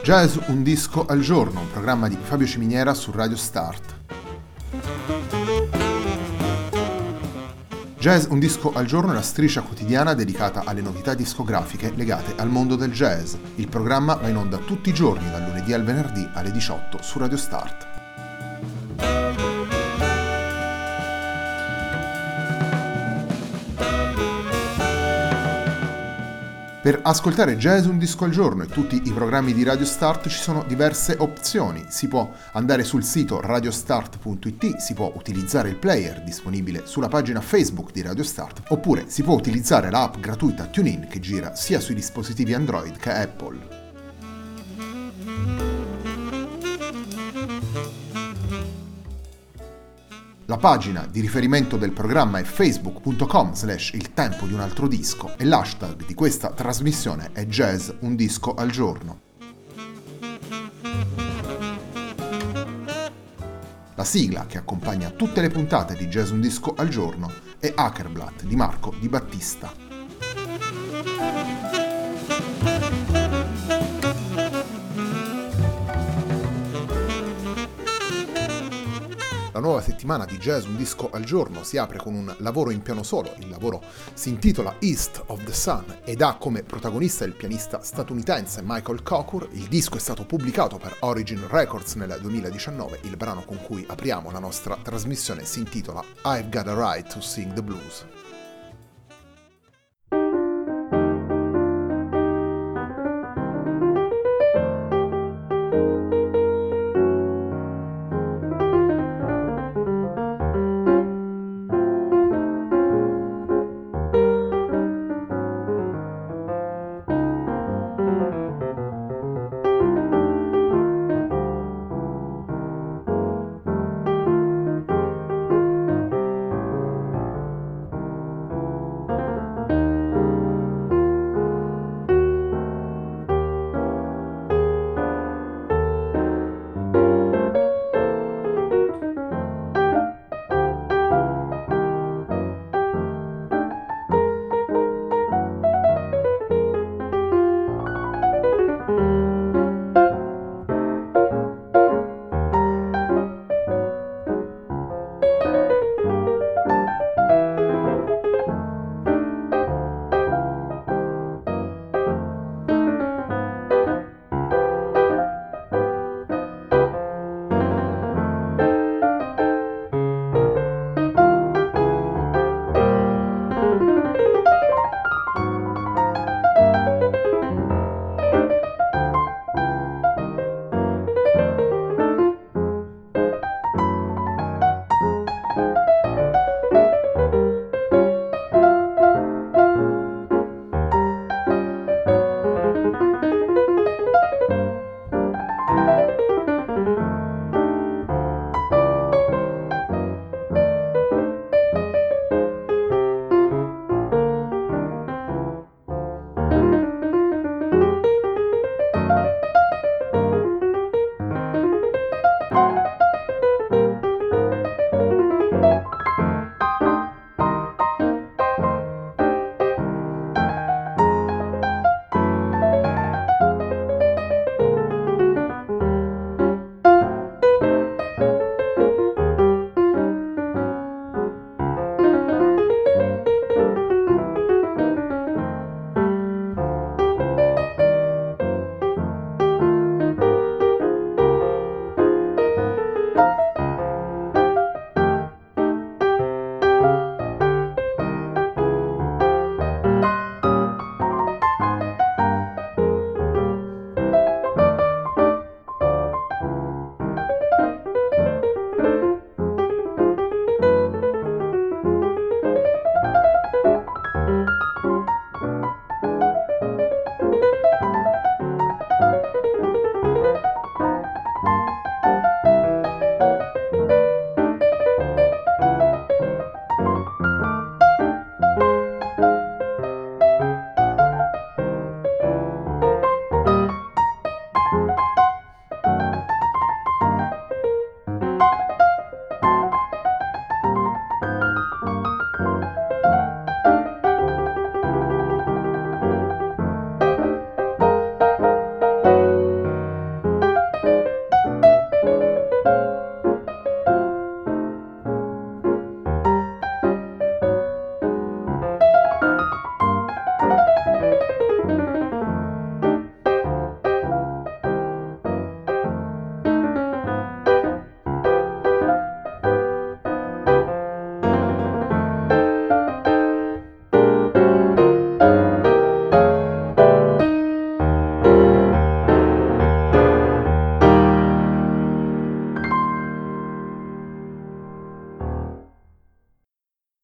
Jazz un disco al giorno, un programma di Fabio Ciminiera su Radio Start. Jazz un disco al giorno è la striscia quotidiana dedicata alle novità discografiche legate al mondo del jazz. Il programma va in onda tutti i giorni, dal lunedì al venerdì alle 18 su Radio Start. Per ascoltare Jazz un disco al giorno e tutti i programmi di Radio Start ci sono diverse opzioni. Si può andare sul sito radiostart.it, si può utilizzare il player disponibile sulla pagina Facebook di Radio Start, oppure si può utilizzare l'app gratuita TuneIn che gira sia sui dispositivi Android che Apple. La pagina di riferimento del programma è facebook.com/il tempo di un altro disco e l'hashtag di questa trasmissione è Jazz un disco al giorno. La sigla che accompagna tutte le puntate di Jazz un disco al giorno è Hackerblatt di Marco Di Battista. La nuova settimana di Jazz un disco al giorno si apre con un lavoro in piano solo. Il lavoro si intitola East of the Sun ed ha come protagonista il pianista statunitense Michael Cocker. Il disco è stato pubblicato per Origin Records nel 2019. Il brano con cui apriamo la nostra trasmissione si intitola I've Got a Right to Sing the Blues.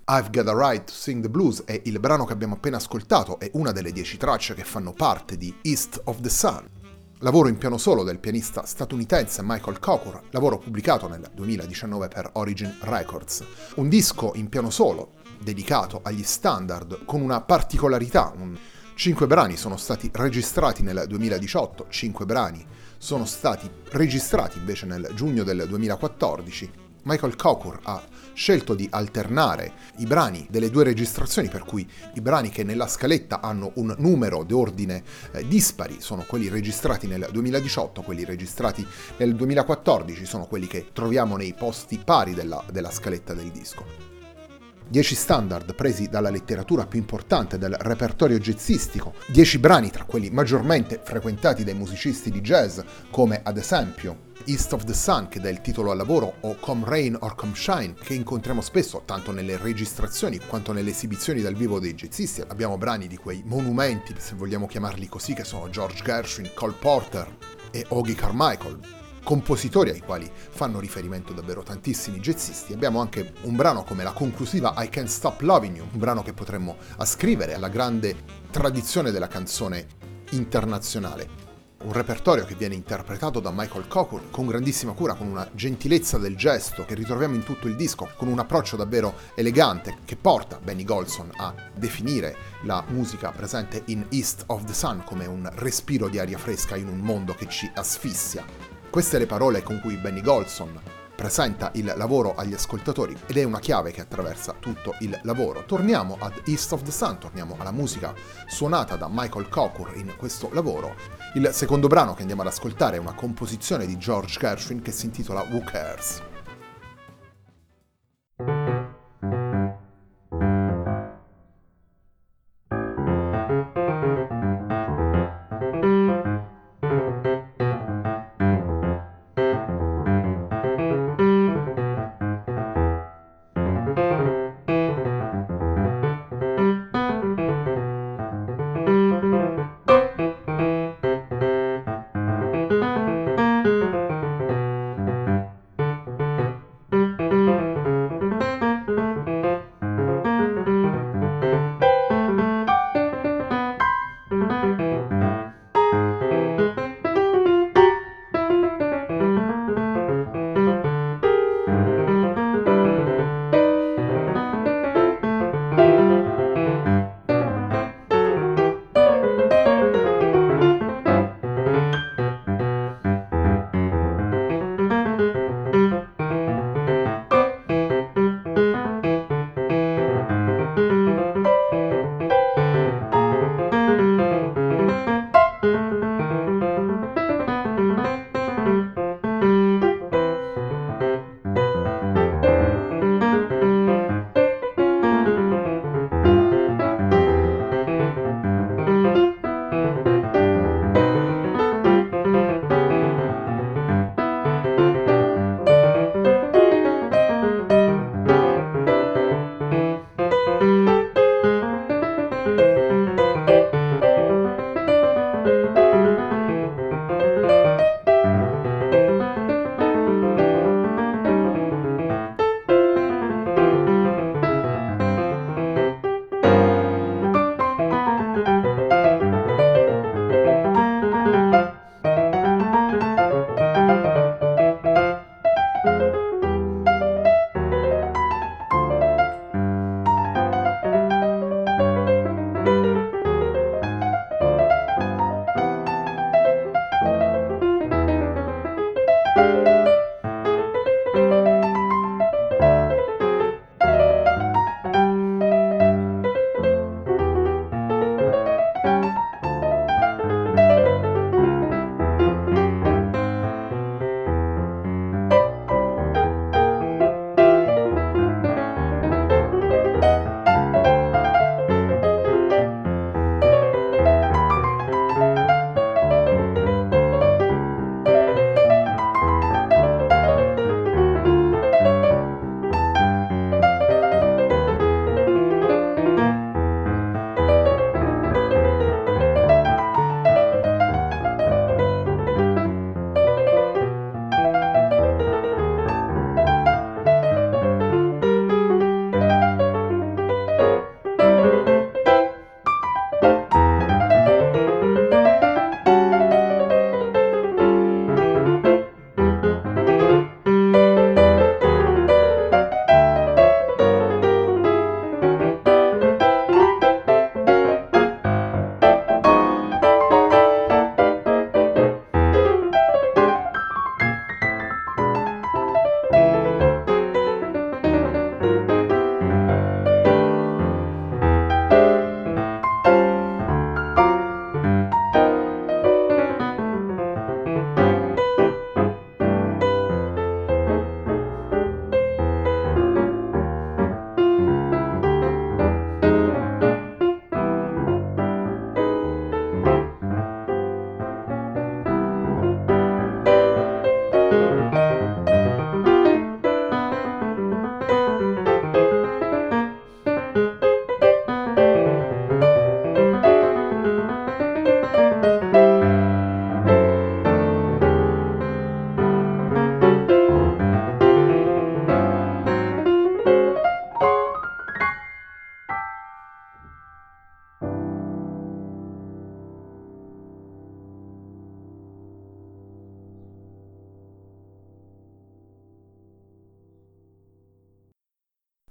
I've Got a Right to Sing the Blues è il brano che abbiamo appena ascoltato, è una delle 10 tracce che fanno parte di East of the Sun, lavoro in piano solo del pianista statunitense Michael Cocker, lavoro pubblicato nel 2019 per Origin Records. Un disco in piano solo dedicato agli standard con una particolarità. 5 brani sono stati registrati nel 2018, 5 brani sono stati registrati invece nel giugno del 2014. Michael Cocker ha scelto di alternare i brani delle due registrazioni, per cui i brani che nella scaletta hanno un numero d'ordine dispari sono quelli registrati nel 2018, quelli registrati nel 2014 sono quelli che troviamo nei posti pari della scaletta del disco. 10 standard presi dalla letteratura più importante del repertorio jazzistico, 10 brani tra quelli maggiormente frequentati dai musicisti di jazz, come ad esempio East of the Sun, che dà il titolo al lavoro, o Come Rain or Come Shine, che incontriamo spesso tanto nelle registrazioni quanto nelle esibizioni dal vivo dei jazzisti. Abbiamo brani di quei monumenti, se vogliamo chiamarli così, che sono George Gershwin, Cole Porter e Ogie Carmichael, compositori ai quali fanno riferimento davvero tantissimi jazzisti. Abbiamo anche un brano come la conclusiva I Can't Stop Loving You, un brano che potremmo ascrivere alla grande tradizione della canzone internazionale. Un repertorio che viene interpretato da Michael Cocker con grandissima cura, con una gentilezza del gesto che ritroviamo in tutto il disco, con un approccio davvero elegante che porta Benny Golson a definire la musica presente in East of the Sun come un respiro di aria fresca in un mondo che ci asfissia. Queste le parole con cui Benny Golson presenta il lavoro agli ascoltatori ed è una chiave che attraversa tutto il lavoro. Torniamo ad East of the Sun, torniamo alla musica suonata da Michael Cocker in questo lavoro. Il secondo brano che andiamo ad ascoltare è una composizione di George Gershwin che si intitola Who Cares?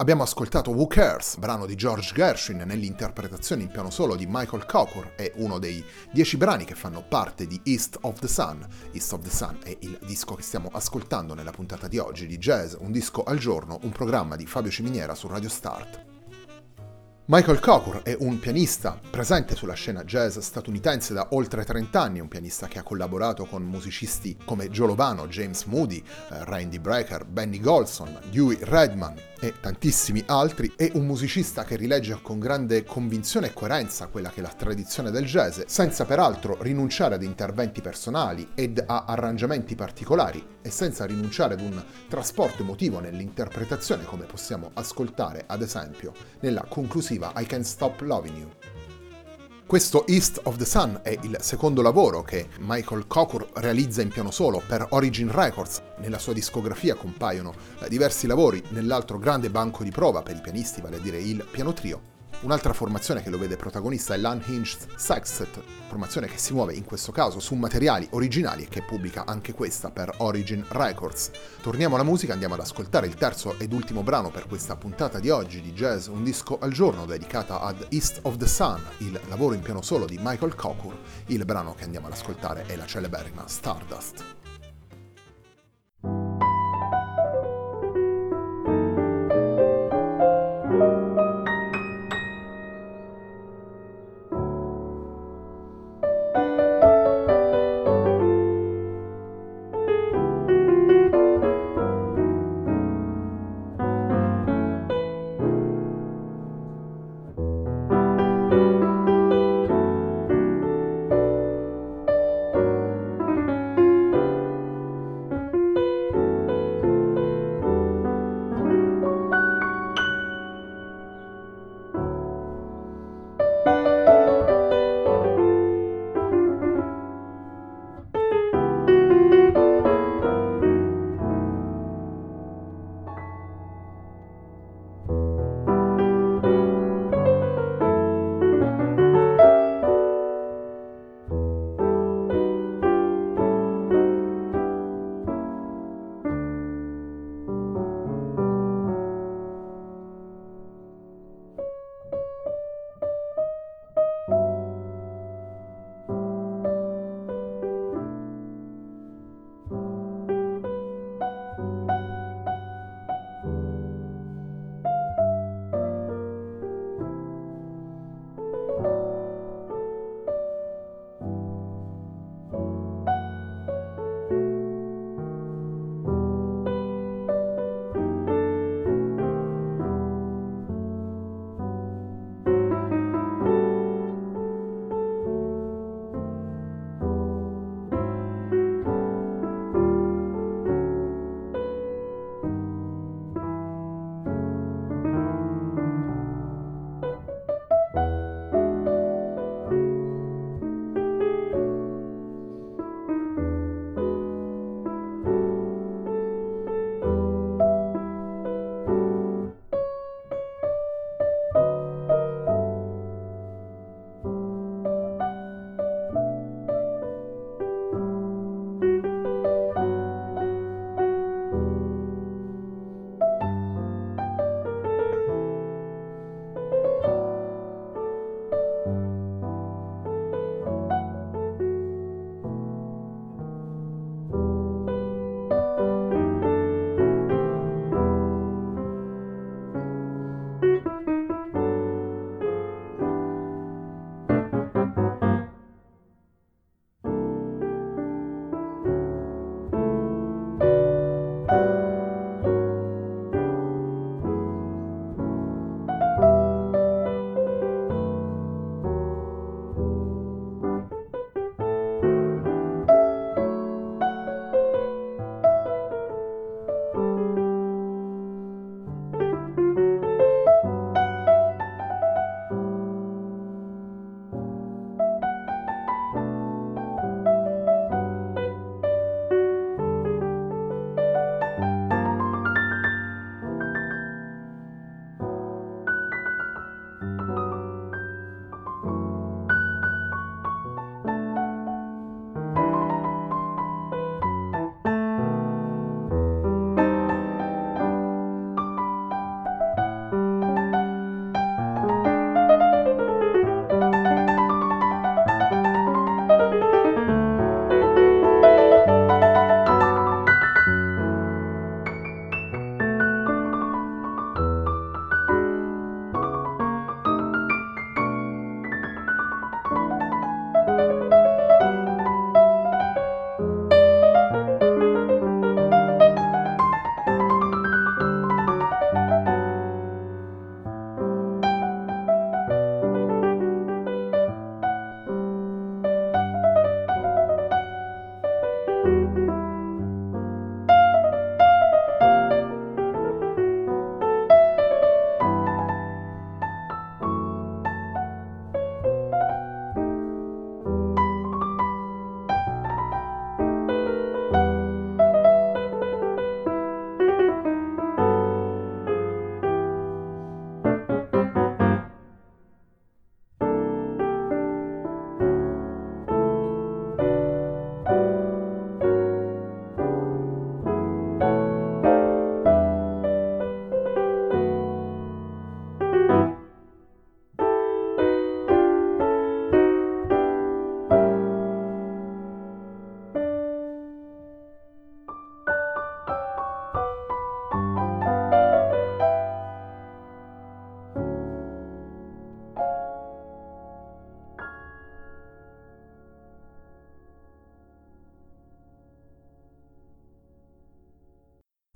Abbiamo ascoltato Who Cares, brano di George Gershwin nell'interpretazione in piano solo di Michael Cocker, è uno dei 10 brani che fanno parte di East of the Sun. East of the Sun è il disco che stiamo ascoltando nella puntata di oggi di Jazz, un disco al giorno, un programma di Fabio Ciminiera su Radio Start. Michael Cocker è un pianista presente sulla scena jazz statunitense da oltre 30 anni, un pianista che ha collaborato con musicisti come Joe Lovano, James Moody, Randy Brecker, Benny Golson, Dewey Redman e tantissimi altri, è un musicista che rilegge con grande convinzione e coerenza quella che è la tradizione del jazz, senza peraltro rinunciare ad interventi personali ed a arrangiamenti particolari e senza rinunciare ad un trasporto emotivo nell'interpretazione, come possiamo ascoltare ad esempio nella conclusiva I Can't Stop Loving You. Questo East of the Sun è il secondo lavoro che Michael Cocker realizza in piano solo per Origin Records. Nella sua discografia compaiono diversi lavori nell'altro grande banco di prova per i pianisti, vale a dire il piano trio. Un'altra formazione che lo vede protagonista è l'Unhinged Sextet, formazione che si muove in questo caso su materiali originali e che pubblica anche questa per Origin Records. Torniamo alla musica, andiamo ad ascoltare il terzo ed ultimo brano per questa puntata di oggi di Jazz, un disco al giorno dedicata ad East of the Sun, il lavoro in piano solo di Michael Cocker. Il brano che andiamo ad ascoltare è la celeberrima Stardust.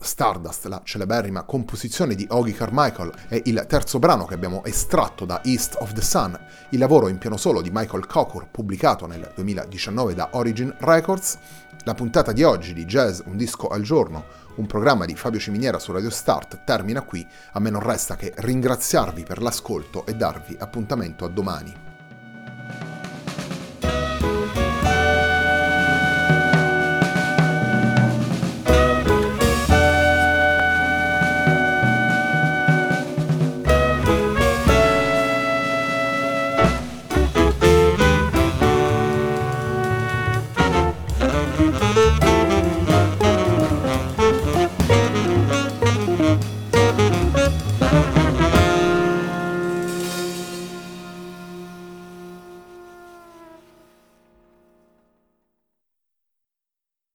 Stardust, la celeberrima composizione di Ogie Carmichael, è il terzo brano che abbiamo estratto da East of the Sun, il lavoro in piano solo di Michael Cocker pubblicato nel 2019 da Origin Records. La puntata di oggi di Jazz Un Disco al Giorno, un programma di Fabio Ciminiera su Radio Start, termina qui. A me non resta che ringraziarvi per l'ascolto e darvi appuntamento a domani.